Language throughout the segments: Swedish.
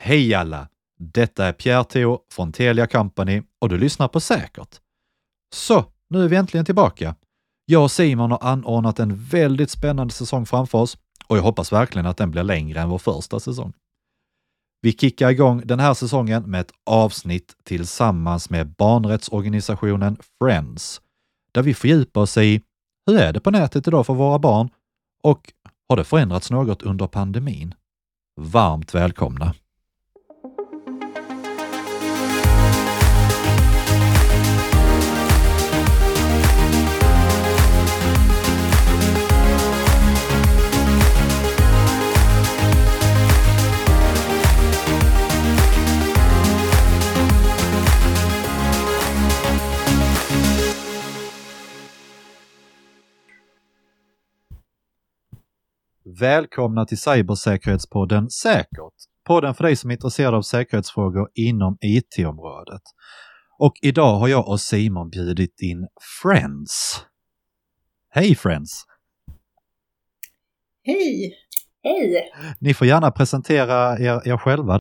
Hej alla! Detta är Pierre Theo från Telia Company och du lyssnar på Säkert. Så, nu är vi äntligen tillbaka. Jag och Simon har anordnat en väldigt spännande säsong framför oss och jag hoppas verkligen att den blir längre än vår första säsong. Vi kickar igång den här säsongen med ett avsnitt tillsammans med barnrättsorganisationen Friends, där vi fördjupar oss i hur är det på nätet idag för våra barn och har det förändrats något under pandemin? Varmt välkomna! Välkomna till cybersäkerhetspodden Säkert. Podden för dig som är intresserad av säkerhetsfrågor inom IT-området. Och idag har jag och Simon bjudit in Friends. Hej Friends! Hej! Hej! Ni får gärna presentera er själva.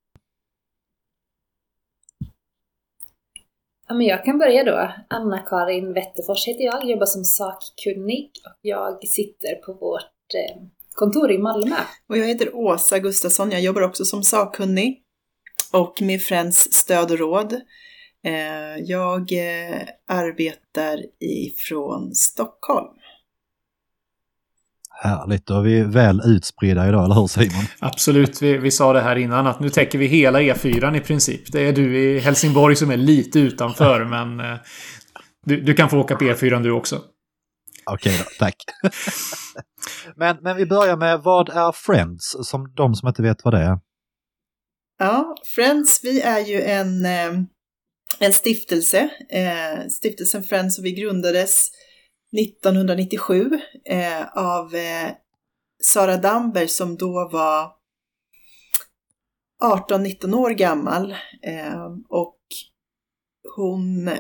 Ja, men jag kan börja då. Anna-Karin Wetterfors heter jag, jobbar som sakkunnig och jag sitter på vårt kontor i Malmö. Och jag heter Åsa Gustafsson, jag jobbar också som sakkunnig och med Friends stöd och råd. Jag arbetar ifrån Stockholm. Härligt, då är vi väl utspridda idag, eller hur Simon? Absolut, vi sa det här innan att nu täcker vi hela E4 i princip. Det är du i Helsingborg som är lite utanför, men du kan få åka på E4 du också. Okej då, tack. men vi börjar med, vad är Friends, som de som inte vet vad det är? Ja, Friends, vi är ju en stiftelse. Stiftelsen Friends, och vi grundades 1997 av Sara Damberg som då var 18-19 år gammal. Och hon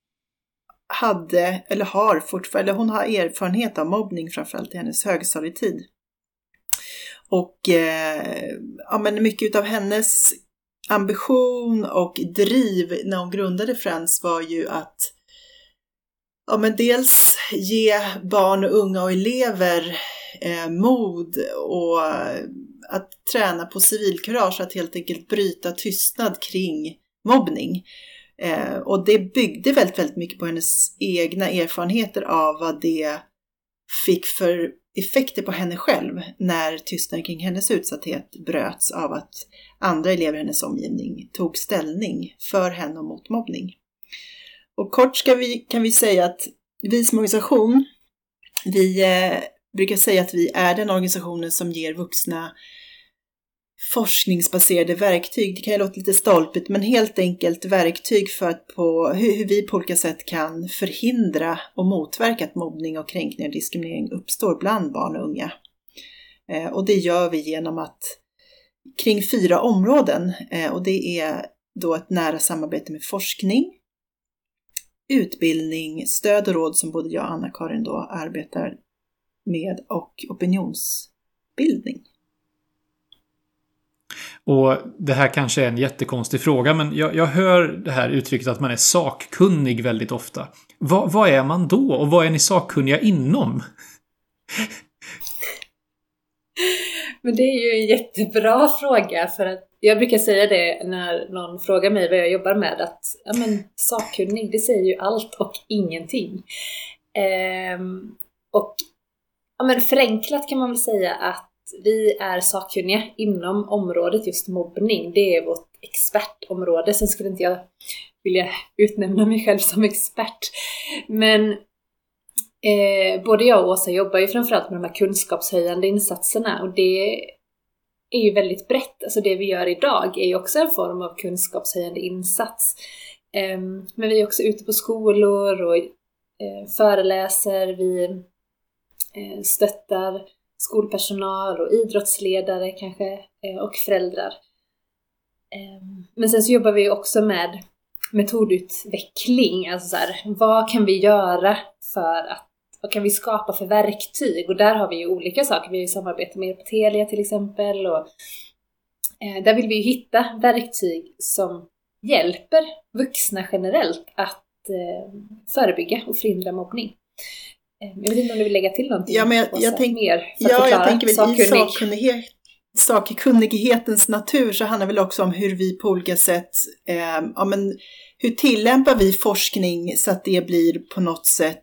hade, eller har fortfarande, hon har erfarenhet av mobbning framförallt i hennes högstadietid. Och ja, men mycket av hennes ambition och driv när hon grundade Friends var ju att men dels ge barn och unga och elever mod och att träna på civilkurage, att helt enkelt bryta tystnad kring mobbning. Och det byggde väldigt, väldigt mycket på hennes egna erfarenheter av vad det fick för effekter på henne själv när tystnaden kring hennes utsatthet bröts av att andra elever i hennes omgivning tog ställning för henne och mot mobbning. Och kort kan vi säga att vi som organisation, vi brukar säga att vi är den organisationen som ger vuxna forskningsbaserade verktyg. Det kan ju låta lite stolpigt, men helt enkelt verktyg för att hur vi på olika sätt kan förhindra och motverka att mobbning och kränkning och diskriminering uppstår bland barn och unga. Och det gör vi genom att kring 4 områden, och det är då ett nära samarbete med forskning, utbildning, stöd och råd som både jag och Anna-Karin då arbetar med, och opinionsbildning. Och det här kanske är en jättekonstig fråga, men jag hör det här uttrycket att man är sakkunnig väldigt ofta. Vad är man då och vad är ni sakkunniga inom? Men det är ju en jättebra fråga, för att jag brukar säga det när någon frågar mig vad jag jobbar med, att sakkunnig, det säger ju allt och ingenting. Och förenklat kan man väl säga att vi är sakkunniga inom området just mobbning. Det är vårt expertområde. Sen skulle inte jag vilja utnämna mig själv som expert. Men både jag och Åsa jobbar ju framförallt med de här kunskapshöjande insatserna. Och det är ju väldigt brett. Alltså det vi gör idag är ju också en form av kunskapshöjande insats. Men vi är också ute på skolor och föreläser. Vi stöttar skolpersonal och idrottsledare kanske och föräldrar. Men sen så jobbar vi också med metodutveckling. Alltså så här, vad kan vi göra för att, vad kan vi skapa för verktyg? Och där har vi ju olika saker. Vi har ju samarbete med Telia till exempel och Där vill vi ju hitta verktyg som hjälper vuxna generellt att förebygga och förhindra mobbning. Jag vet inte om du vill lägga till någonting. Ja, men jag tänker väl i sakkunnighetens natur så handlar det väl också om hur vi på olika sätt, hur tillämpar vi forskning så att det blir på något sätt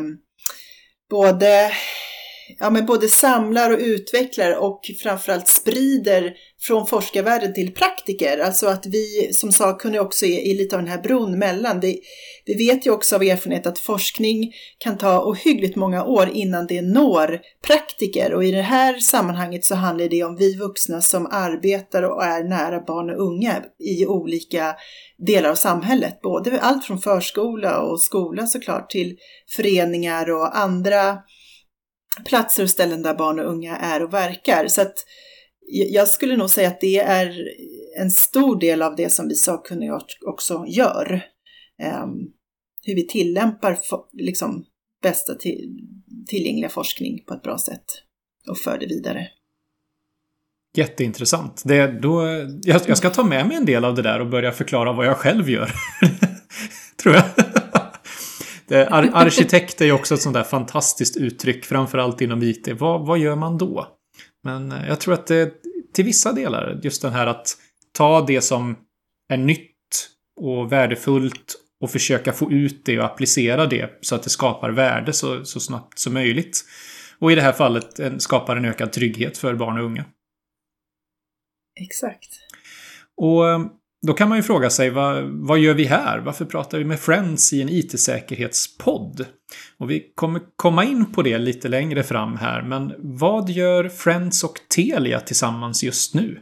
både samlar och utvecklar och framförallt sprider från forskarvärlden till praktiker. Alltså att vi som sakkunniga också är lite av den här bron mellan. Vi vet ju också av erfarenhet att forskning kan ta ohyggligt många år innan det når praktiker. Och i det här sammanhanget så handlar det om vi vuxna som arbetar och är nära barn och unga i olika delar av samhället. Både allt från förskola och skola såklart till föreningar och andra platser och ställen där barn och unga är och verkar. Så att jag skulle nog säga att det är en stor del av det som vi sakkunniga också gör. Hur vi tillämpar liksom bästa tillgängliga forskning på ett bra sätt och för det vidare. Jätteintressant. Jag ska ta med mig en del av det där och börja förklara vad jag själv gör. Tror jag. Arkitekt är ju också ett sånt där fantastiskt uttryck, framförallt inom IT. Vad gör man då? Men jag tror att det till vissa delar, just den här att ta det som är nytt och värdefullt och försöka få ut det och applicera det så att det skapar värde så snabbt som möjligt. Och i det här fallet skapar en ökad trygghet för barn och unga. Exakt. Och då kan man ju fråga sig, vad gör vi här? Varför pratar vi med Friends i en IT-säkerhetspodd? Och vi kommer komma in på det lite längre fram här. Men vad gör Friends och Telia tillsammans just nu?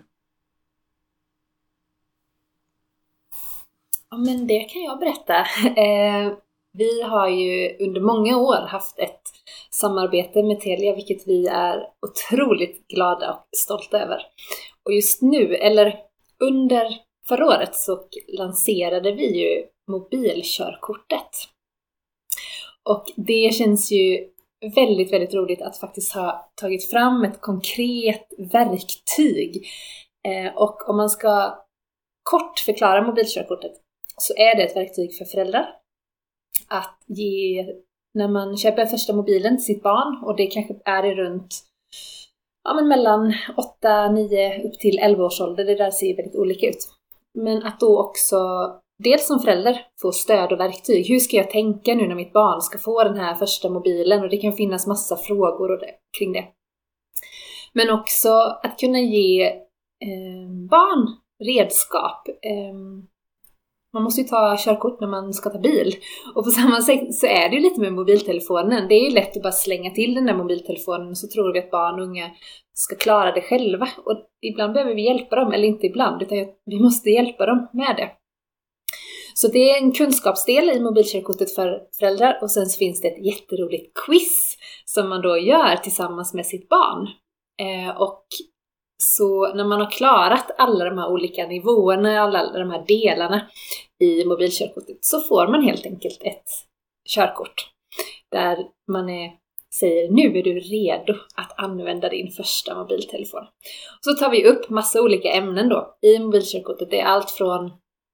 Ja, men det kan jag berätta. Vi har ju under många år haft ett samarbete med Telia, vilket vi är otroligt glada och stolta över. Och just nu, eller under förra året, så lanserade vi ju mobilkörkortet. Och det känns ju väldigt, väldigt roligt att faktiskt ha tagit fram ett konkret verktyg. Och om man ska kort förklara mobilkörkortet så är det ett verktyg för föräldrar att ge när man köper första mobilen till sitt barn, och det kanske är i runt mellan 8, 9 upp till 11 års ålder. Det där ser väldigt olika ut. Men att då också dels som förälder få stöd och verktyg. Hur ska jag tänka nu när mitt barn ska få den här första mobilen? Och det kan finnas massa frågor kring det. Men också att kunna ge barn redskap. Man måste ju ta körkort när man ska ta bil. Och på samma sätt så är det ju lite med mobiltelefonen. Det är ju lätt att bara slänga till den där mobiltelefonen, så tror vi att barn och unga ska klara det själva. Och ibland behöver vi hjälpa dem, eller inte ibland, utan vi måste hjälpa dem med det. Så det är en kunskapsdel i mobilkörkortet för föräldrar. Och sen så finns det ett jätteroligt quiz som man då gör tillsammans med sitt barn. Och så när man har klarat alla de här olika nivåerna, alla de här delarna i mobilkörkortet, så får man helt enkelt ett körkort där man säger nu är du redo att använda din första mobiltelefon. Så tar vi upp massa olika ämnen då i mobilkörkortet. Det är allt från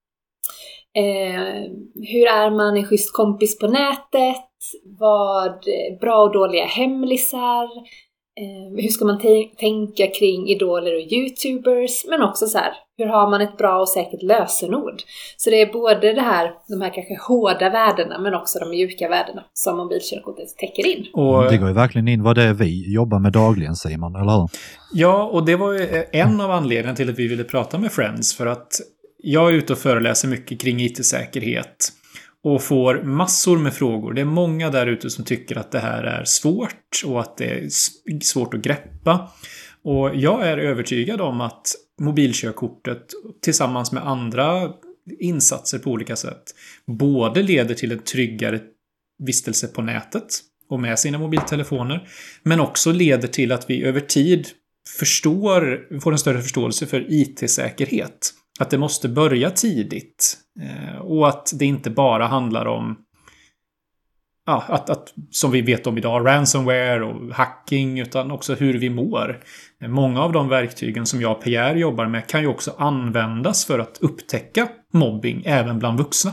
hur är man en schysst kompis på nätet, vad bra och dåliga hemlisar, hur ska man tänka kring idoler och youtubers, men också så här, hur har man ett bra och säkert lösenord. Så det är både de här kanske hårda värdena, men också de mjuka värdena som mobilkörkortet täcker in. Och det går ju verkligen in vad det är vi jobbar med dagligen, Simon, eller hur? Ja, och det var ju en av anledningarna till att vi ville prata med Friends, för att jag är ute och föreläser mycket kring IT-säkerhet och får massor med frågor. Det är många där ute som tycker att det här är svårt och att det är svårt att greppa. Och jag är övertygad om att mobilkörkortet tillsammans med andra insatser på olika sätt både leder till en tryggare vistelse på nätet och med sina mobiltelefoner, men också leder till att vi över tid får en större förståelse för IT-säkerhet. Att det måste börja tidigt och att det inte bara handlar om att som vi vet om idag, ransomware och hacking, utan också hur vi mår. Många av de verktygen som jag och Pierre jobbar med kan ju också användas för att upptäcka mobbing även bland vuxna.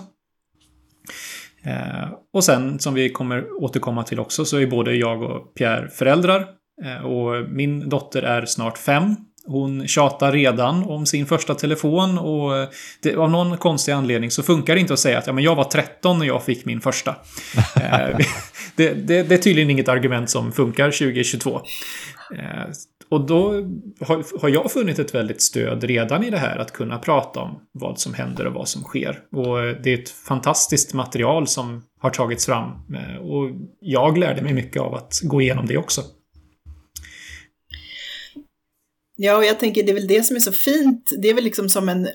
Och sen, som vi kommer återkomma till också, så är både jag och Pierre föräldrar. Och min dotter är snart 5. Hon tjatar redan om sin första telefon, och av någon konstig anledning så funkar det inte att säga att men jag var 13 när jag fick min första. Det är tydligen inget argument som funkar 2022. Och då har jag funnit ett väldigt stöd redan i det här, att kunna prata om vad som händer och vad som sker. Och det är ett fantastiskt material som har tagits fram, och jag lärde mig mycket av att gå igenom det också. Ja, och jag tänker det är väl det som är så fint. Det är väl liksom som en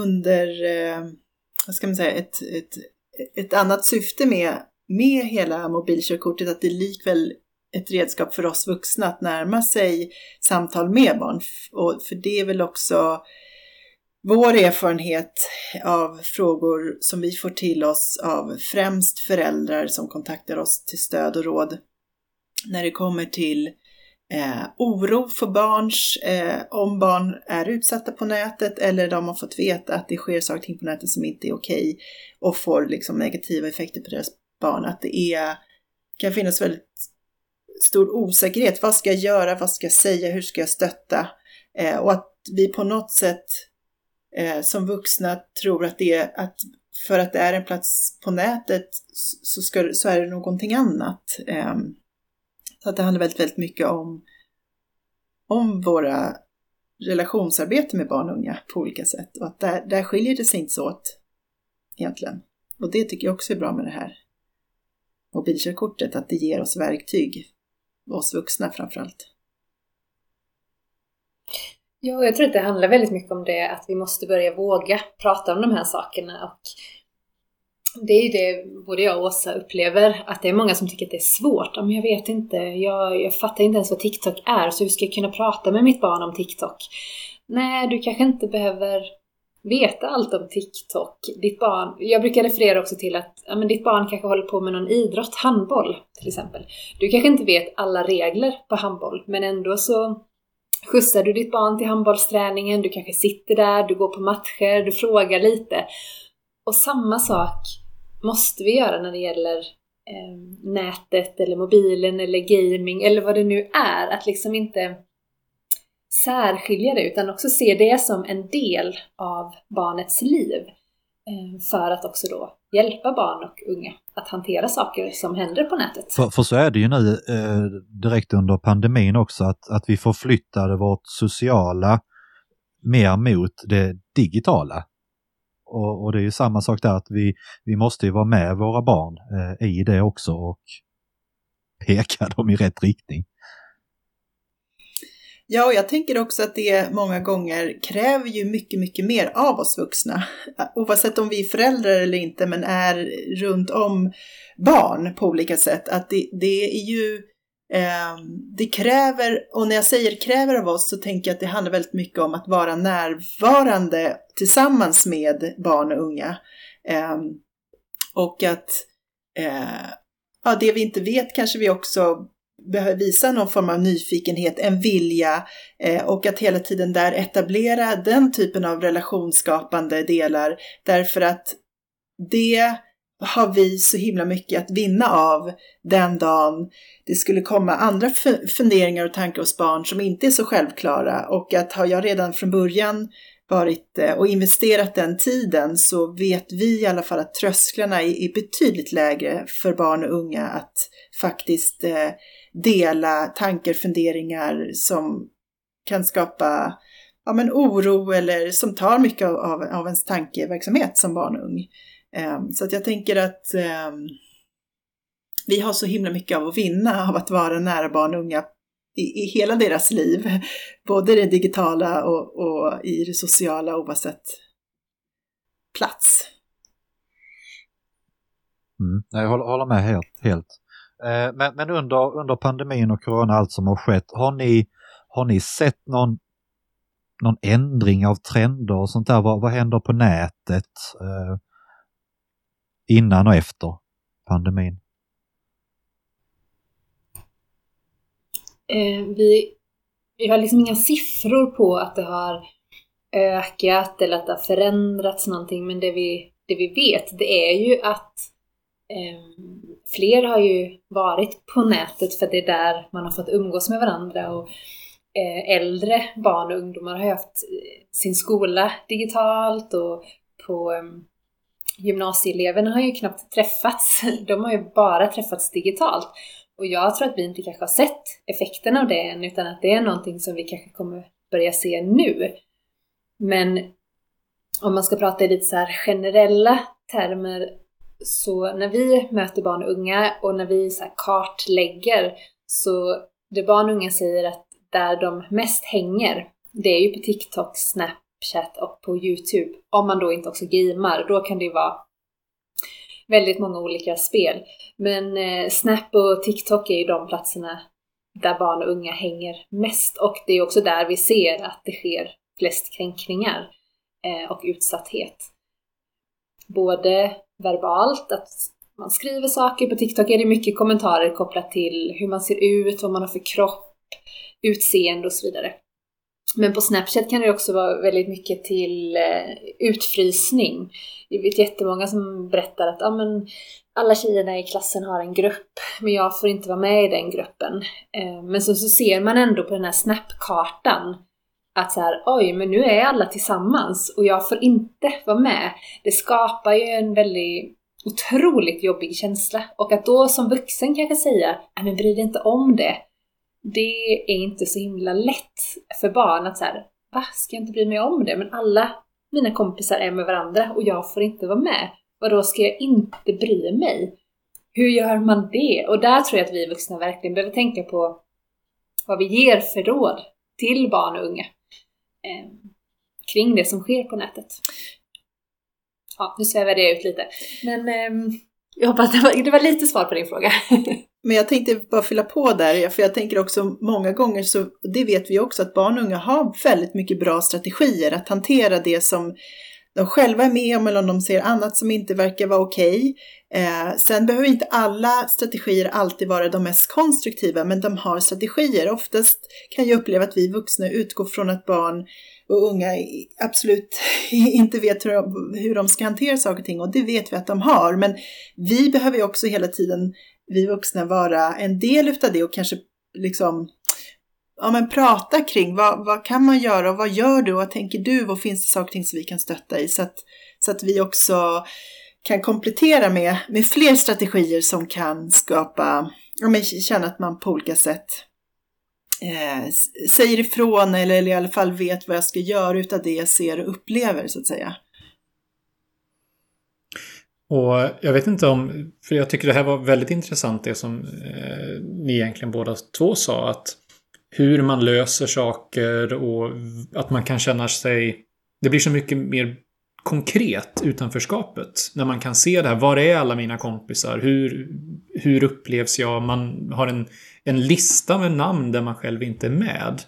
vad ska man säga, ett annat syfte med hela mobilkörkortet, att det är likväl ett redskap för oss vuxna att närma sig samtal med barn. Och för det är väl också vår erfarenhet av frågor som vi får till oss av främst föräldrar som kontaktar oss till stöd och råd när det kommer till oro för barns, om barn är utsatta på nätet eller de har fått veta att det sker saker på nätet som inte är okej och får liksom negativa effekter på deras barn. Att det kan finnas väldigt stor osäkerhet. Vad ska jag göra? Vad ska jag säga? Hur ska jag stötta? Och att vi på något sätt som vuxna tror att för att det är en plats på nätet så är det någonting annat. Så att det handlar väldigt, väldigt mycket om våra relationsarbete med barn och unga på olika sätt. Och att där skiljer det sig inte så åt egentligen. Och det tycker jag också är bra med det här mobilkörkortet, att det ger oss verktyg, oss vuxna framförallt. Ja, jag tror att det handlar väldigt mycket om det, att vi måste börja våga prata om de här sakerna. Och det är ju det både jag och Åsa upplever, att det är många som tycker att det är svårt. Men jag vet inte, jag fattar inte ens vad TikTok är, så hur ska jag kunna prata med mitt barn om TikTok? Nej, du kanske inte behöver veta allt om TikTok. Ditt barn, jag brukar referera också till att ditt barn kanske håller på med någon idrott, handboll till exempel. Du kanske inte vet alla regler på handboll, men ändå så skjutsar du ditt barn till handbollsträningen, du kanske sitter där, du går på matcher, du frågar lite. Och samma sak måste vi göra när det gäller nätet eller mobilen eller gaming eller vad det nu är. Att liksom inte särskilja det, utan också se det som en del av barnets liv. För att också då hjälpa barn och unga att hantera saker som händer på nätet. För så är det ju nu direkt under pandemin också, att vi förflyttade vårt sociala mer mot det digitala. Och det är ju samma sak där, att vi måste ju vara med våra barn i det också och peka dem i rätt riktning. Ja, och jag tänker också att det många gånger kräver ju mycket, mycket mer av oss vuxna. Oavsett om vi är föräldrar eller inte, men är runt om barn på olika sätt. Att det är ju, det kräver, och när jag säger kräver av oss så tänker jag att det handlar väldigt mycket om att vara närvarande tillsammans med barn och unga. Och att det vi inte vet kanske vi också behöver visa någon form av nyfikenhet, en vilja, och att hela tiden där etablera den typen av relationsskapande delar, därför att det har vi så himla mycket att vinna av den dagen det skulle komma andra funderingar och tankar hos barn som inte är så självklara. Och att har jag redan från början varit och investerat den tiden, så vet vi i alla fall att trösklarna är betydligt lägre för barn och unga att faktiskt dela tankar, funderingar som kan skapa oro eller som tar mycket av ens tankeverksamhet som barn och ung. Så att jag tänker att vi har så himla mycket av att vinna av att vara nära barn och unga i hela deras liv. Både det digitala och i det sociala, oavsett plats. Jag håller med helt. Men under pandemin och corona, allt som har skett, har ni sett någon ändring av trender och sånt där? Vad händer på nätet innan och efter pandemin? vi har liksom inga siffror på att det har ökat eller att det har förändrats någonting, men det vi vet, det är ju att fler har ju varit på nätet för det är där man har fått umgås med varandra, och äldre barn och ungdomar har haft sin skola digitalt, och på gymnasieeleverna har ju knappt träffats, de har ju bara träffats digitalt. Och jag tror att vi inte kanske har sett effekterna av det än, utan att det är någonting som vi kanske kommer börja se nu. Men om man ska prata i lite så här generella termer, så när vi möter barn och unga och när vi så här kartlägger, så det barn och unga säger att där de mest hänger, det är ju på TikTok, Snapchat och på YouTube. Om man då inte också gamer, då kan det ju vara väldigt många olika spel. Men Snap och TikTok är ju de platserna där barn och unga hänger mest. Och det är också där vi ser att det sker flest kränkningar och utsatthet. Både verbalt, att man skriver saker. På TikTok är det mycket kommentarer kopplat till hur man ser ut, vad man har för kropp, utseende och så vidare. Men på Snapchat kan det också vara väldigt mycket till utfrysning. Jag vet jättemånga som berättar att alla tjejerna i klassen har en grupp, men jag får inte vara med i den gruppen. Men så ser man ändå på den här Snap-kartan att så här, oj, men nu är alla tillsammans och jag får inte vara med. Det skapar ju en väldigt otroligt jobbig känsla. Och att då som vuxen kanske säga, men bry dig inte om det. Det är inte så himla lätt för barn att så här, ska jag inte bry mig om det? Men alla mina kompisar är med varandra och jag får inte vara med. Och då ska jag inte bry mig? Hur gör man det? Och där tror jag att vi vuxna verkligen behöver tänka på vad vi ger för råd till barn och unga kring det som sker på nätet. Ja, nu svävade jag ut lite. Men jag hoppas det var lite svar på din fråga. Men jag tänkte bara fylla på där, för jag tänker också många gånger, så det vet vi också, att barn och unga har väldigt mycket bra strategier att hantera det som de själva är med om, eller om de ser annat som inte verkar vara okej. Sen behöver inte alla strategier alltid vara de mest konstruktiva, men de har strategier. Oftast kan jag uppleva att vi vuxna utgår från att barn och unga absolut inte vet hur de ska hantera saker och ting, och det vet vi att de har. Men vi behöver ju också hela tiden, vi vuxna, vara en del utav det och kanske liksom prata kring vad kan man göra och vad gör du och vad tänker du, vad finns det saker och ting som vi kan stötta i, så att vi också kan komplettera med fler strategier som kan skapa, känna att man på olika sätt säger ifrån, eller i alla fall vet vad jag ska göra utav det jag ser och upplever, så att säga. Och jag vet inte för jag tycker det här var väldigt intressant det som ni egentligen båda två sa, att hur man löser saker och att man kan känna sig, det blir så mycket mer konkret utanförskapet när man kan se det här, var är alla mina kompisar, hur upplevs jag, man har en lista med namn där man själv inte är med.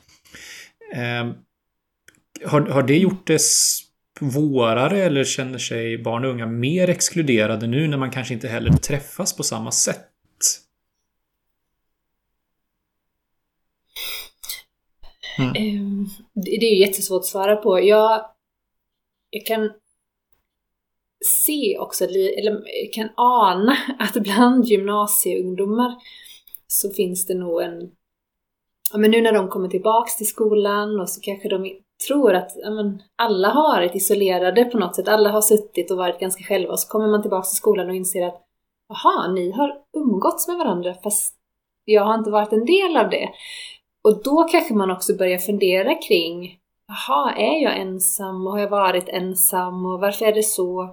Har det gjort det svårare, eller känner sig barn och unga mer exkluderade nu när man kanske inte heller träffas på samma sätt? Det är ju jättesvårt att svara på. Jag kan se också, eller kan ana att bland gymnasieungdomar så finns det nog men nu när de kommer tillbaks till skolan, och så kanske de tror att alla har varit isolerade på något sätt, alla har suttit och varit ganska själva, och så kommer man tillbaks till skolan och inser att ni har umgåtts med varandra fast jag har inte varit en del av det. Och då kanske man också börjar fundera kring, är jag ensam och har jag varit ensam och varför är det så?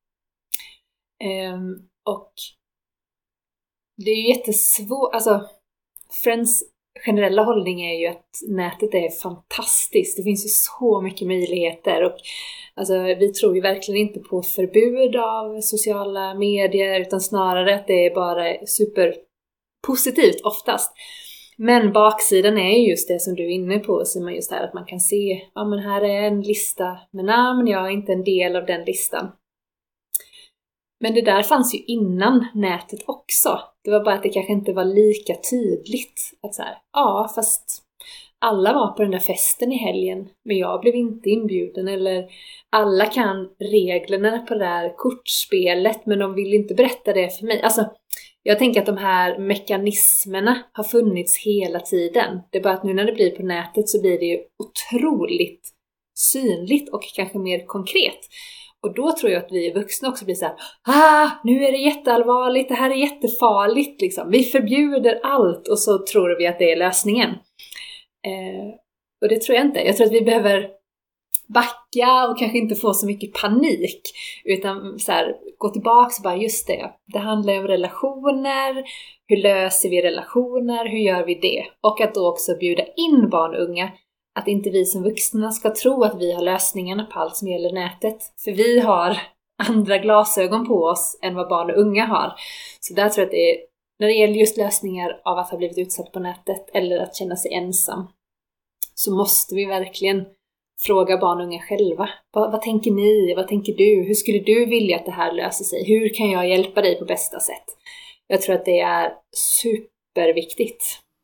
Och det är ju jättesvårt, Friends generella hållning är ju att nätet är fantastiskt. Det finns ju så mycket möjligheter, och vi tror ju verkligen inte på förbud av sociala medier, utan snarare att det är bara superpositivt oftast. Men baksidan är ju just det som du är inne på, Simon, just här att man kan se, här är en lista med namn, jag är inte en del av den listan. Men det där fanns ju innan nätet också. Det var bara att det kanske inte var lika tydligt. Att så här, ja fast alla var på den där festen i helgen, men jag blev inte inbjuden. Eller alla kan reglerna på det där kortspelet, men de vill inte berätta det för mig. Alltså, jag tänker att de här mekanismerna har funnits hela tiden. Det är bara att nu när det blir på nätet så blir det ju otroligt synligt och kanske mer konkret. Och då tror jag att vi vuxna också blir så här, nu är det jätteallvarligt, det här är jättefarligt liksom. Vi förbjuder allt och så tror vi att det är lösningen. Och det tror jag inte. Jag tror att vi behöver backa och kanske inte få så mycket panik, utan så här, gå tillbaka och bara just det handlar ju om relationer, hur löser vi relationer, hur gör vi det, och att då också bjuda in barn och unga, att inte vi som vuxna ska tro att vi har lösningarna på allt som gäller nätet, för vi har andra glasögon på oss än vad barn och unga har. Så där tror jag att det är, när det gäller just lösningar av att ha blivit utsatt på nätet eller att känna sig ensam, så måste vi verkligen fråga barn och unga själva. Vad tänker ni? Vad tänker du? Hur skulle du vilja att det här löser sig? Hur kan jag hjälpa dig på bästa sätt? Jag tror att det är superviktigt.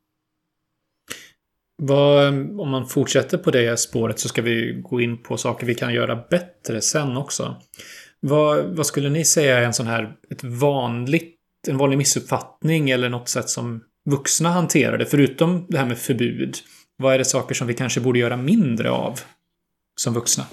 Om man fortsätter på det spåret så ska vi gå in på saker vi kan göra bättre sen också. Vad skulle ni säga är en vanlig missuppfattning eller något sätt som vuxna hanterar det, förutom det här med förbud? Vad är det saker som vi kanske borde göra mindre av som vuxna?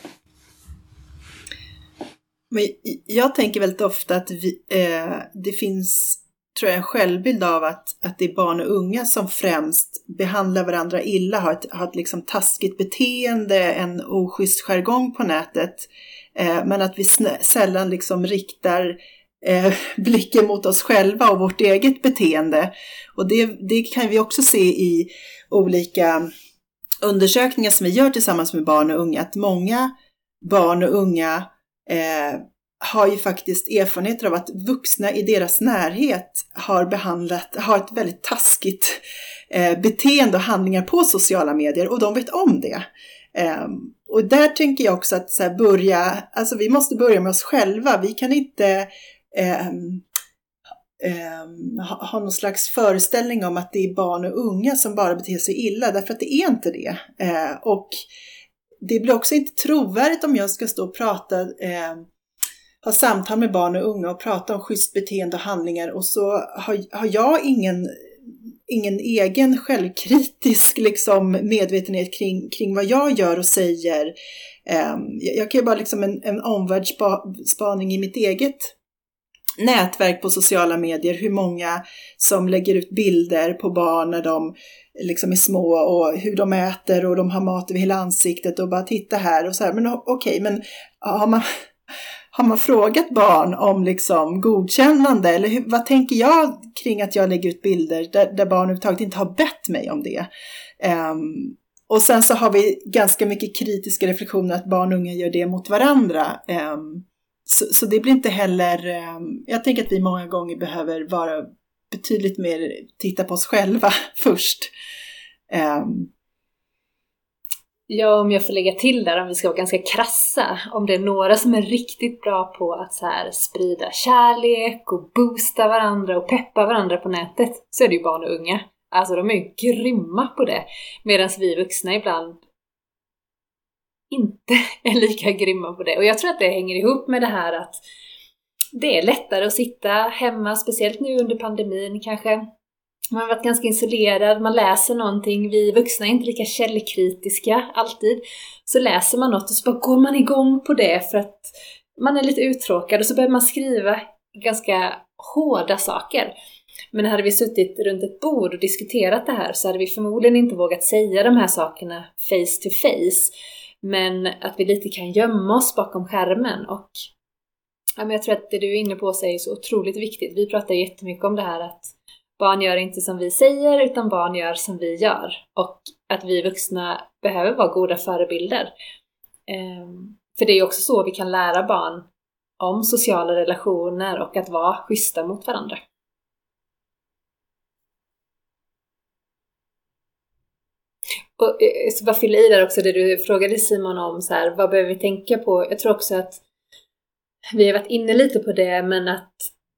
Men jag tänker väldigt ofta att det finns, tror jag, en självbild av att det är barn och unga som främst behandlar varandra illa, har ett liksom taskigt beteende, en oschysst jargong på nätet, men att vi sällan liksom riktar blicken mot oss själva och vårt eget beteende. Och det kan vi också se i olika undersökningar som vi gör tillsammans med barn och unga, att många barn och unga har ju faktiskt erfarenheter av att vuxna i deras närhet har ett väldigt taskigt beteende och handlingar på sociala medier, och de vet om det. Och där tänker jag också att vi måste börja med oss själva. Vi kan inte ha någon slags föreställning om att det är barn och unga som bara beter sig illa, därför att det är inte det. Och det blir också inte trovärdigt om jag ska stå och ha samtal med barn och unga och prata om schysst beteende och handlingar, och så har jag ingen egen självkritisk liksom medvetenhet kring vad jag gör och säger. Jag kan ju bara liksom en omvärldsspaning i mitt eget nätverk på sociala medier, hur många som lägger ut bilder på barn när de liksom är små och hur de äter och de har mat över hela ansiktet och bara titta här och så här. Men okej, men har man frågat barn om liksom godkännande, eller vad tänker jag kring att jag lägger ut bilder där barn överhuvudtaget inte har bett mig om det? Och sen så har vi ganska mycket kritiska reflektioner att barn och unga gör det mot varandra. Så det blir inte heller, jag tänker att vi många gånger behöver vara betydligt mer, titta på oss själva först. Ja, om jag får lägga till där, om vi ska vara ganska krassa, om det är några som är riktigt bra på att så här sprida kärlek och boosta varandra och peppa varandra på nätet, så är det ju barn och unga. Alltså de är ju grymma på det, medan vi vuxna ibland inte är lika grymma på det. Och jag tror att det hänger ihop med det här att det är lättare att sitta hemma, speciellt nu under pandemin kanske. Man har varit ganska isolerad, man läser någonting, vi vuxna är inte lika källkritiska alltid. Så läser man något och så bara går man igång på det för att man är lite uttråkad, och så börjar man skriva ganska hårda saker. Men hade vi suttit runt ett bord och diskuterat det här så hade vi förmodligen inte vågat säga de här sakerna face to face. Men att vi lite kan gömma oss bakom skärmen. Och ja, men jag tror att det du är inne på är så otroligt viktigt. Vi pratar jättemycket om det här att barn gör inte som vi säger utan barn gör som vi gör. Och att vi vuxna behöver vara goda förebilder. För det är ju också så vi kan lära barn om sociala relationer och att vara schyssta mot varandra. Och så bara fylla i där också det du frågade Simon om, så här, vad behöver vi tänka på? Jag tror också att vi har varit inne lite på det, men att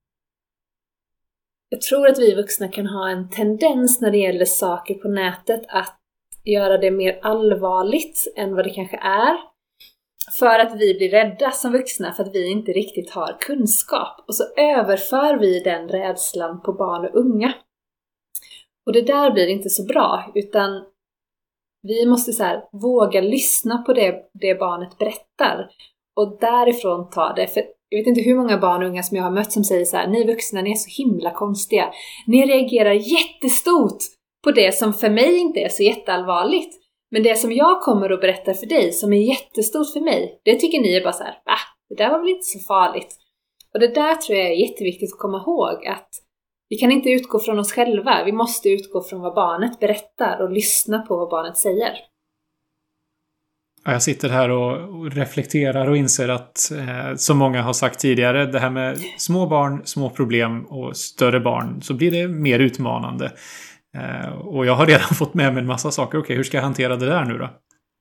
jag tror att vi vuxna kan ha en tendens när det gäller saker på nätet att göra det mer allvarligt än vad det kanske är. För att vi blir rädda som vuxna för att vi inte riktigt har kunskap. Och så överför vi den rädslan på barn och unga. Och det där blir inte så bra, utan vi måste våga lyssna på det barnet berättar. Och därifrån ta det. För jag vet inte hur många barn och unga som jag har mött som säger ni vuxna, ni är så himla konstiga. Ni reagerar jättestort på det som för mig inte är så jätteallvarligt. Men det som jag kommer och berättar för dig som är jättestort för mig, det tycker ni är bara det där var väl inte så farligt. Och det där tror jag är jätteviktigt att komma ihåg, att vi kan inte utgå från oss själva. Vi måste utgå från vad barnet berättar och lyssna på vad barnet säger. Ja, jag sitter här och reflekterar och inser att, som många har sagt tidigare, det här med små barn, små problem och större barn, så blir det mer utmanande. Och jag har redan fått med mig en massa saker. Okej, hur ska jag hantera det där nu då?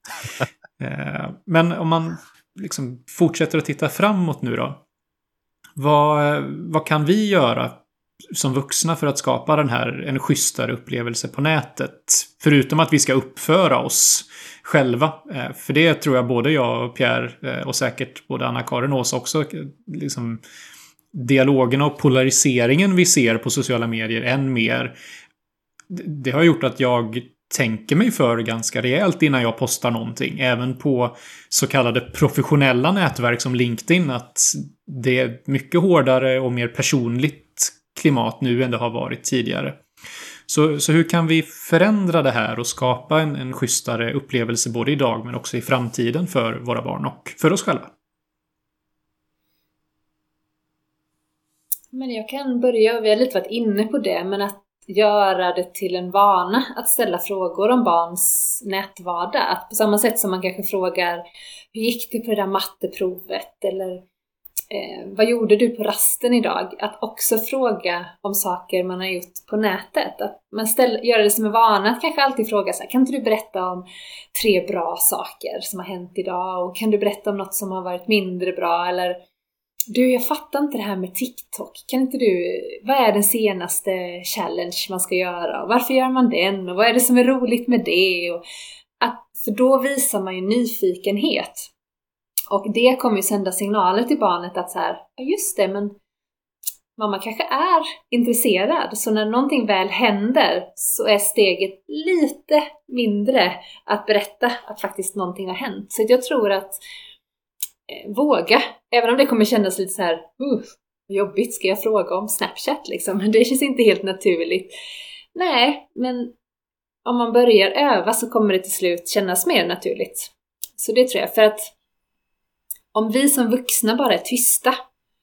Men om man liksom fortsätter att titta framåt nu då. Vad kan vi göra som vuxna för att skapa en schysstare upplevelse på nätet? Förutom att vi ska uppföra oss själva. För det tror jag både jag och Pierre och säkert både Anna-Karin och Åsa också, liksom, dialogen och polariseringen vi ser på sociala medier än mer. Det har gjort att jag tänker mig för ganska rejält innan jag postar någonting. Även på så kallade professionella nätverk som LinkedIn, att det är mycket hårdare och mer personligt klimat nu än det har varit tidigare. Så hur kan vi förändra det här och skapa en schysstare upplevelse både idag men också i framtiden för våra barn och för oss själva? Men jag kan börja, vi har lite varit inne på det, men att göra det till en vana att ställa frågor om barns nätvardag. Att på samma sätt som man kanske frågar, hur gick det på det där matteprovet? Eller vad gjorde du på rasten idag? Att också fråga om saker man har gjort på nätet. Att man gör det som en vana att kanske alltid fråga kan inte du berätta om 3 bra saker som har hänt idag? Och kan du berätta om något som har varit mindre bra? Eller du, jag fattar inte det här med TikTok. Kan inte du, vad är den senaste challenge man ska göra? Och varför gör man den? Och vad är det som är roligt med det? Och för då visar man ju nyfikenhet. Och det kommer ju sända signaler till barnet att ja just det, men mamma kanske är intresserad. Så när någonting väl händer så är steget lite mindre att berätta att faktiskt någonting har hänt. Så jag tror att våga, även om det kommer kännas lite jobbigt, ska jag fråga om Snapchat liksom. Det känns inte helt naturligt. Nej, men om man börjar öva så kommer det till slut kännas mer naturligt. Så det tror jag, för att om vi som vuxna bara är tysta,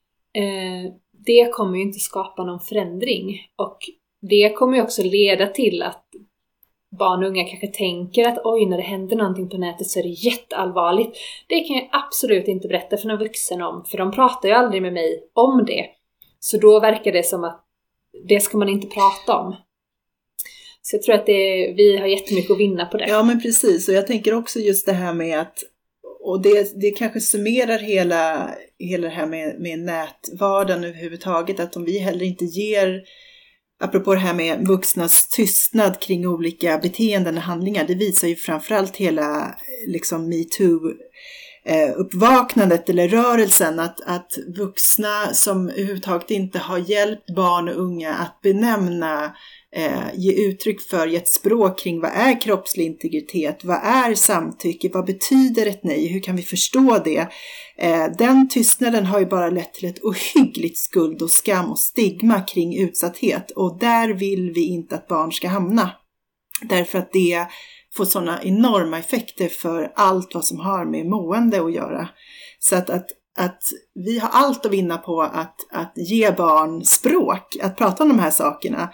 det kommer ju inte skapa någon förändring. Och det kommer ju också leda till att barn och unga kanske tänker att oj, när det händer någonting på nätet så är det jätteallvarligt. Det kan jag absolut inte berätta för någon vuxen om, för de pratar ju aldrig med mig om det. Så då verkar det som att det ska man inte prata om. Så jag tror att vi har jättemycket att vinna på det. Ja, men precis. Och jag tänker också just det här med att, och det kanske summerar hela det här med nätvardagen överhuvudtaget, att om vi heller inte ger, apropå det här med vuxnas tystnad kring olika beteenden och handlingar, det visar ju framförallt hela liksom MeToo uppvaknandet eller rörelsen, att vuxna som överhuvudtaget inte har hjälpt barn och unga att benämna, ge uttryck för, ge ett språk kring vad är kroppslig integritet, vad är samtycke, vad betyder ett nej, hur kan vi förstå det? Den tystnaden har ju bara lett till ett ohyggligt skuld och skam och stigma kring utsatthet, och där vill vi inte att barn ska hamna, därför att det får sådana enorma effekter för allt vad som har med mående att göra. Så att vi har allt att vinna på att ge barn språk, att prata om de här sakerna.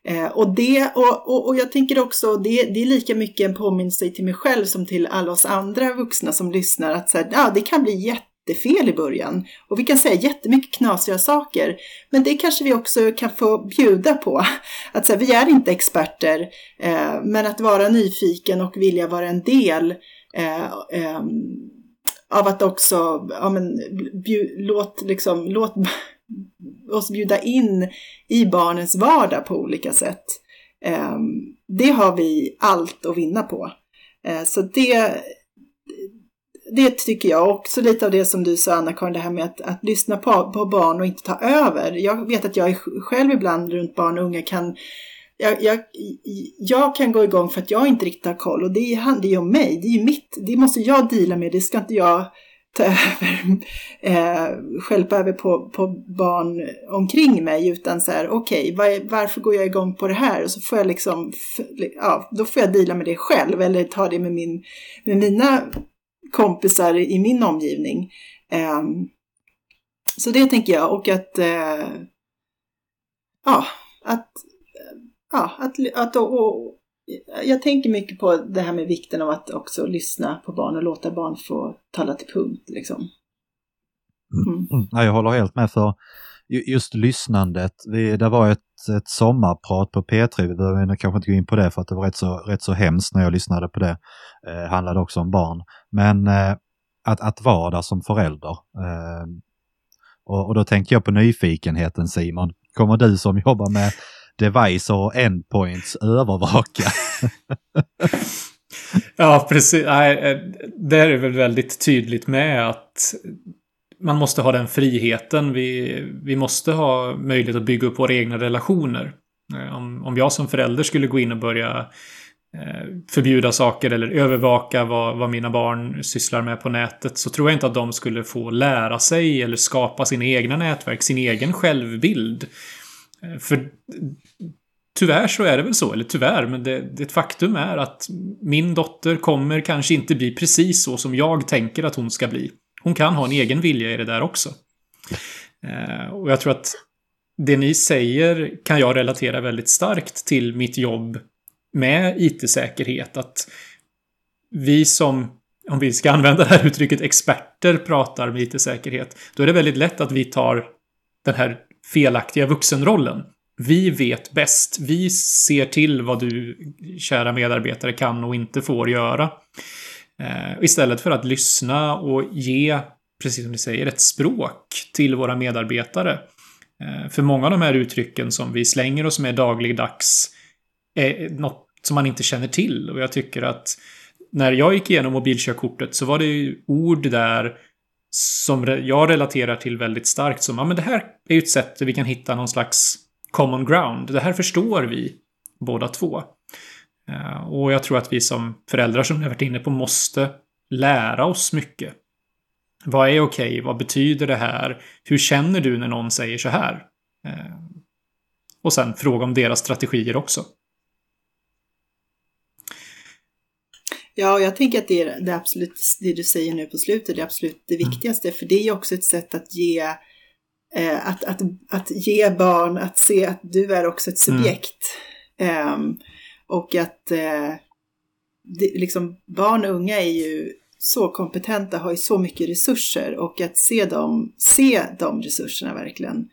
Och jag tänker också, det är lika mycket en påminnelse till mig själv som till alla oss andra vuxna som lyssnar, att så här, ja, det kan bli jättefel i början. Och vi kan säga jättemycket knasiga saker, men det kanske vi också kan få bjuda på. Att så här, vi är inte experter, men att vara nyfiken och vilja vara en del av att också låt oss bjuda in i barnens vardag på olika sätt. Det har vi allt att vinna på. Så det tycker jag också, lite av det som du sa, Anna-Karin, det här med att lyssna på barn och inte ta över. Jag vet att jag själv ibland runt barn och unga jag kan gå igång för att jag inte riktigt har koll, och det handlar ju om mig, det är ju det måste jag deala med, det ska inte jag ta över, stjälpa över på barn omkring mig, utan så här, okej, varför går jag igång på det här? Och så får jag då får jag deala med det själv, eller ta det med mina kompisar i min omgivning. Så det tänker jag, och jag tänker mycket på det här med vikten av att också lyssna på barn och låta barn få tala till punkt liksom. Ja, jag håller helt med, för just lyssnandet. Det var ett sommarprat på P3, vi behöver kanske inte gå in på det för att det var rätt så hemskt när jag lyssnade på det. Handlade också om barn. Men att vara där som förälder. Och då tänker jag på nyfikenheten, Simon. Kommer du som jobbar med device och endpoints övervaka? Ja, precis. Det är väl väldigt tydligt med att man måste ha den friheten. Vi måste ha möjlighet att bygga upp våra egna relationer. Om jag som förälder skulle gå in och börja förbjuda saker eller övervaka vad mina barn sysslar med på nätet, så tror jag inte att de skulle få lära sig eller skapa sina egna nätverk, sin egen självbild. För tyvärr så är det väl så, eller tyvärr, men det faktum är att min dotter kommer kanske inte bli precis så som jag tänker att hon ska bli. Hon kan ha en egen vilja i det där också. Och jag tror att det ni säger kan jag relatera väldigt starkt till mitt jobb med IT-säkerhet. Att vi som, om vi ska använda det här uttrycket, experter pratar med IT-säkerhet, då är det väldigt lätt att vi tar den här felaktiga vuxenrollen. Vi vet bäst. Vi ser till vad du, kära medarbetare, kan och inte får göra. Istället för att lyssna och ge, precis som ni säger, ett språk till våra medarbetare. För många av de här uttrycken som vi slänger oss med dagligdags är något som man inte känner till. Och jag tycker att när jag gick igenom mobilkörkortet så var det ju ord där som jag relaterar till väldigt starkt, som men det här är ju ett sätt där vi kan hitta någon slags common ground. Det här förstår vi båda två. Och jag tror att vi som föräldrar, som jag har varit inne på, måste lära oss mycket. Vad är okej? Vad betyder det här? Hur känner du när någon säger så här? Och sen fråga om deras strategier också. Ja, jag tänker att det är absolut det du säger nu på slutet, det är absolut det viktigaste, för det är också ett sätt att ge att ge barn att se att du är också ett subjekt. Och att liksom, barn och unga är ju så kompetenta, har ju så mycket resurser, och att se de resurserna verkligen.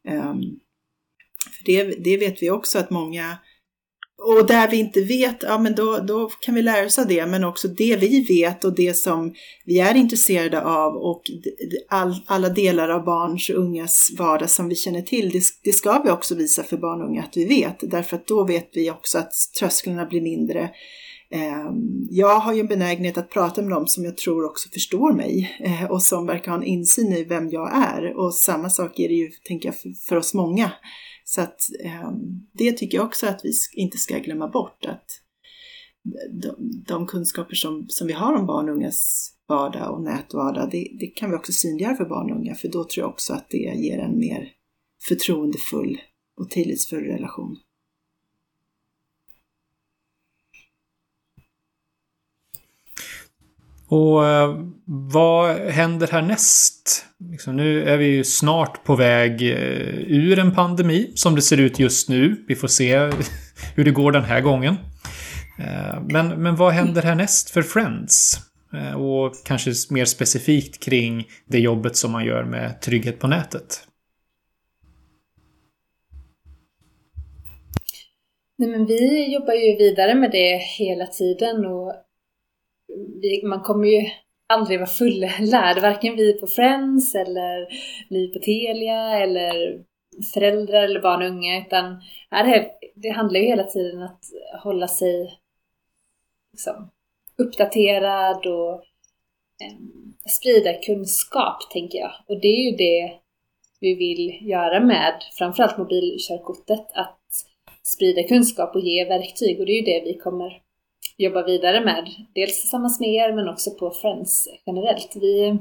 För det vet vi också att många, och där vi inte vet, ja men då kan vi lära oss av det, men också det vi vet och det som vi är intresserade av, och alla delar av barns och ungas vardag som vi känner till, det ska vi också visa för barn och unga att vi vet, därför att då vet vi också att trösklarna blir mindre. Jag har ju en benägenhet att prata med dem som jag tror också förstår mig och som verkar ha en insyn i vem jag är, och samma sak är det ju, tänker jag, för oss många. Så att det tycker jag också att vi inte ska glömma bort, att de kunskaper som vi har om barn och ungas vardag och nätvardag, det kan vi också synliggöra för barn och unga, för då tror jag också att det ger en mer förtroendefull och tillitsfull relation. Och vad händer härnäst? Liksom, nu är vi ju snart på väg ur en pandemi som det ser ut just nu. Vi får se hur det går den här gången. Men vad händer härnäst för Friends? Och kanske mer specifikt kring det jobbet som man gör med trygghet på nätet. Nej, men vi jobbar ju vidare med det hela tiden, och man kommer ju aldrig vara fullärd, varken vi på Friends eller ni på Telia eller föräldrar eller barn och unga, utan det handlar ju hela tiden att hålla sig liksom uppdaterad och sprida kunskap, tänker jag. Och det är ju det vi vill göra med framförallt mobilkörkortet, att sprida kunskap och ge verktyg, och det är ju det vi kommer jobba vidare med, dels tillsammans med er men också på Friends generellt.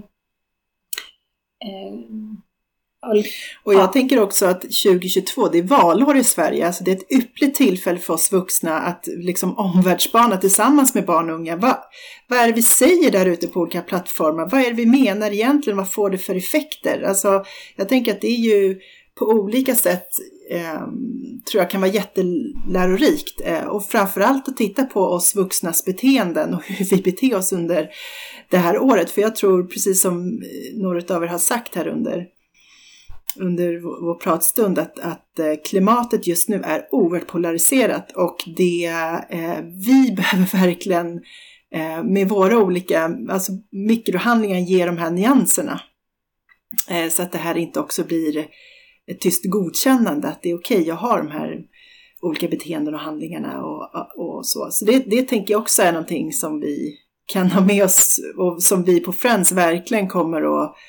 Och jag tänker också att 2022, det är valår i Sverige, alltså det är ett yppligt tillfälle för oss vuxna att liksom omvärldsbana tillsammans med barn och unga. Vad är det vi säger där ute på olika plattformar? Vad är det vi menar egentligen? Vad får det för effekter? Alltså jag tänker att det är ju på olika sätt tror jag kan vara jättelärorikt, och framförallt att titta på oss vuxnas beteenden och hur vi beter oss under det här året. För jag tror, precis som några av er har sagt här under vår pratstund, att klimatet just nu är oerhört polariserat, och vi behöver verkligen med våra olika mikrohandlingar ge de här nyanserna, så att det här inte också blir ett tyst godkännande att det är okej, jag har de här olika beteenden och handlingarna och så. Så det tänker jag också är någonting som vi kan ha med oss, och som vi på Friends verkligen kommer att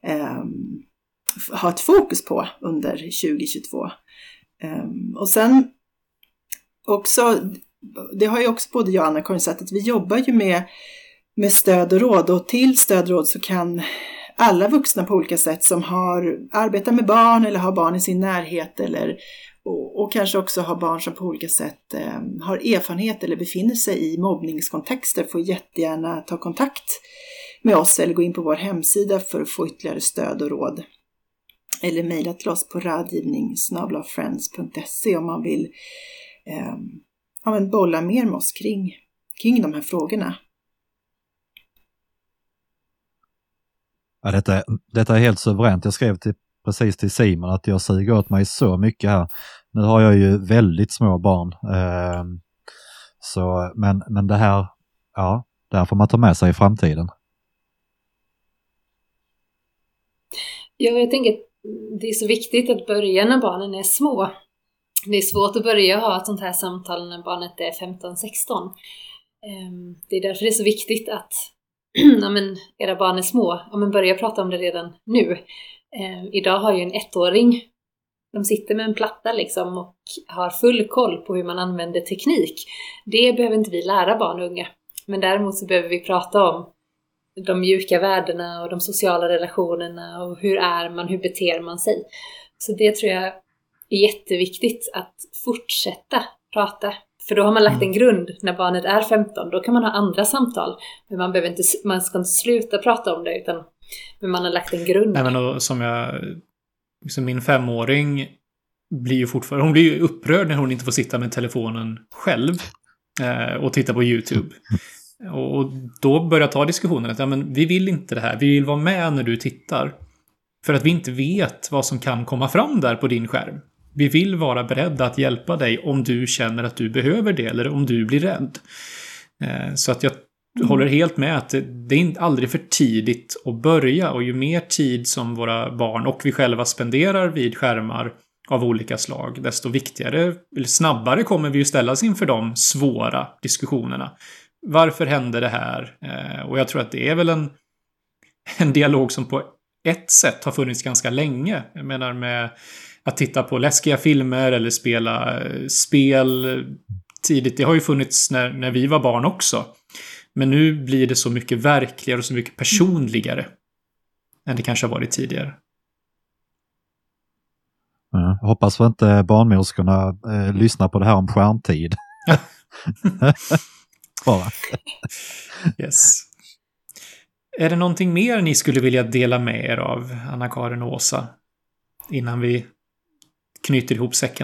ha ett fokus på under 2022. Och sen också, det har ju också både jag och Anna-Karin sagt, att vi jobbar ju med stöd och råd, och till stöd och råd så kan alla vuxna på olika sätt som arbetar med barn eller har barn i sin närhet, och kanske också har barn som på olika sätt har erfarenhet eller befinner sig i mobbningskontexter, får jättegärna ta kontakt med oss eller gå in på vår hemsida för att få ytterligare stöd och råd. Eller mejla till oss på radgivning@friends.se om man vill bolla mer med oss kring de här frågorna. Ja, detta är helt suveränt. Jag skrev precis till Simon att jag suger åt mig så mycket här. Nu har jag ju väldigt små barn. Men det här, ja, det här får man ta med sig i framtiden. Ja, jag tänker att det är så viktigt att börja när barnen är små. Det är svårt att börja ha ett sånt här samtal när barnet är 15-16. Det är därför det är så viktigt att era barn är små. Börja prata om det redan nu. Idag har ju en 1-åring, de sitter med en platta liksom och har full koll på hur man använder teknik. Det behöver inte vi lära barn och unga. Men däremot så behöver vi prata om de mjuka värdena och de sociala relationerna och hur beter man sig. Så det tror jag är jätteviktigt att fortsätta prata. För då har man lagt en grund när barnet är 15. Då kan man ha andra samtal. Men man ska inte sluta prata om det, men man har lagt en grund. Nej, men som min 5-åring blir ju fortfarande, hon blir ju upprörd när hon inte får sitta med telefonen själv och titta på YouTube. Och då börjar jag ta diskussionen att vi vill inte det här. Vi vill vara med när du tittar. För att vi inte vet vad som kan komma fram där på din skärm. Vi vill vara beredda att hjälpa dig om du känner att du behöver det eller om du blir rädd. Så att jag håller helt med att det är aldrig för tidigt att börja. Och ju mer tid som våra barn och vi själva spenderar vid skärmar av olika slag, desto viktigare eller snabbare kommer vi ju ställas inför de svåra diskussionerna. Varför hände det här? Och jag tror att det är väl en dialog som på ett sätt har funnits ganska länge. Jag menar med att titta på läskiga filmer eller spela spel tidigt. Det har ju funnits när vi var barn också. Men nu blir det så mycket verkligare och så mycket personligare än det kanske har varit tidigare. Ja, jag hoppas för inte barnmorskorna lyssnar på det här om skärmtid. Bara. Yes. Är det någonting mer ni skulle vilja dela med er av, Anna-Karin och Åsa, innan vi knyter ihop säcken?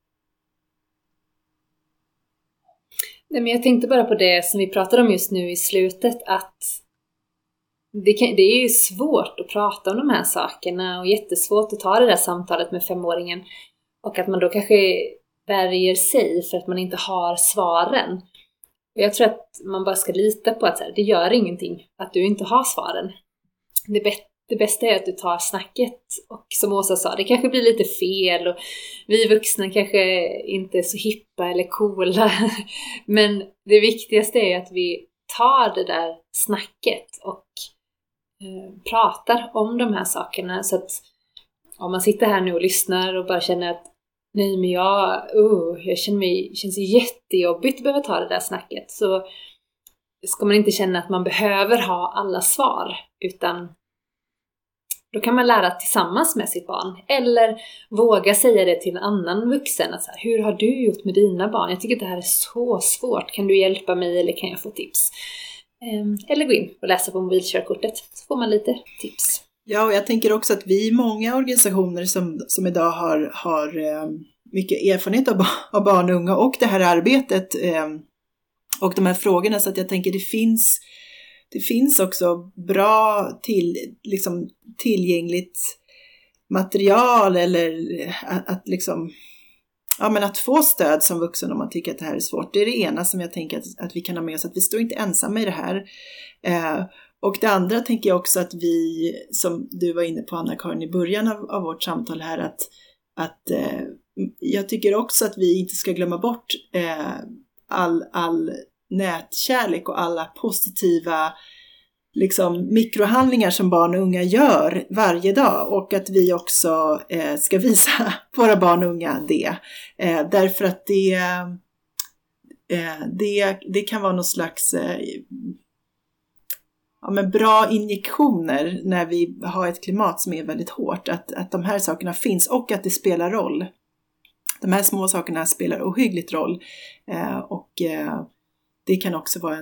Nej, men jag tänkte bara på det som vi pratade om just nu i slutet, att det är ju svårt att prata om de här sakerna och jättesvårt att ta det där samtalet med 5-åringen, och att man då kanske värjer sig för att man inte har svaren. Jag tror att man bara ska lita på att så här, det gör ingenting att du inte har svaren. Det bästa är att du tar snacket, och som Åsa sa, det kanske blir lite fel och vi vuxna kanske inte är så hippa eller coola. Men det viktigaste är att vi tar det där snacket och pratar om de här sakerna, så att om man sitter här nu och lyssnar och bara känner att nej, men jag känns jättejobbigt att behöva ta det där snacket, så ska man inte känna att man behöver ha alla svar, utan då kan man lära tillsammans med sitt barn, eller våga säga det till en annan vuxen, att så här, hur har du gjort med dina barn? Jag tycker att det här är så svårt, kan du hjälpa mig eller kan jag få tips? Eller gå in och läsa på mobilkörkortet, så får man lite tips. Ja, och jag tänker också att vi är många organisationer som idag har mycket erfarenhet av barn och unga och det här arbetet och de här frågorna, så att jag tänker det finns också bra tillgängligt material, eller att få stöd som vuxen om man tycker att det här är svårt. Det är det ena som jag tänker att vi kan ha med oss, att vi står inte ensamma i det här. Och det andra tänker jag också att vi, som du var inne på Anna-Karin i början av vårt samtal här, att jag tycker också att vi inte ska glömma bort all nätkärlek och alla positiva mikrohandlingar som barn och unga gör varje dag, och att vi också ska visa våra barn och unga det. Därför att det kan vara någon slags bra injektioner när vi har ett klimat som är väldigt hårt, att de här sakerna finns och att det spelar roll. De här små sakerna spelar ohyggligt roll, och det kan också vara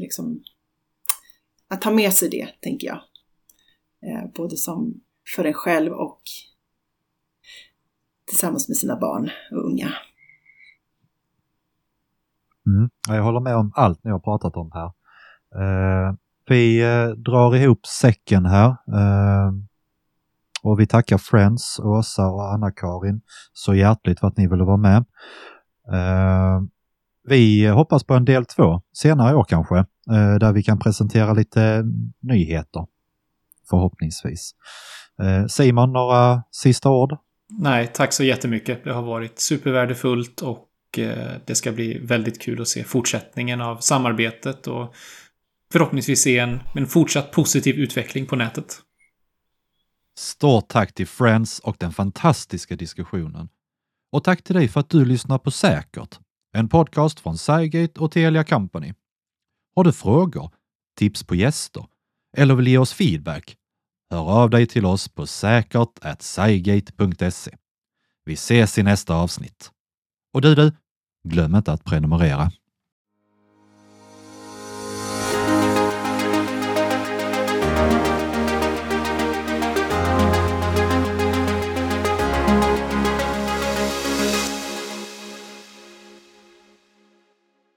att ta med sig det, tänker jag. Både som för en själv och tillsammans med sina barn och unga. Jag håller med om allt ni har pratat om här. Vi drar ihop säcken här. Och vi tackar Friends, Åsa och Anna-Karin så hjärtligt för att ni ville vara med. Vi hoppas på en del 2 senare i år kanske, där vi kan presentera lite nyheter förhoppningsvis. Simon, några sista ord? Nej, tack så jättemycket. Det har varit supervärdefullt och det ska bli väldigt kul att se fortsättningen av samarbetet och förhoppningsvis se en fortsatt positiv utveckling på nätet. Stort tack till Friends och den fantastiska diskussionen. Och tack till dig för att du lyssnar på Säkert, en podcast från Cygate och Telia Company. Har du frågor, tips på gäster eller vill ge oss feedback? Hör av dig till oss på säkert@cygate.se. Vi ses i nästa avsnitt. Och du, glöm inte att prenumerera.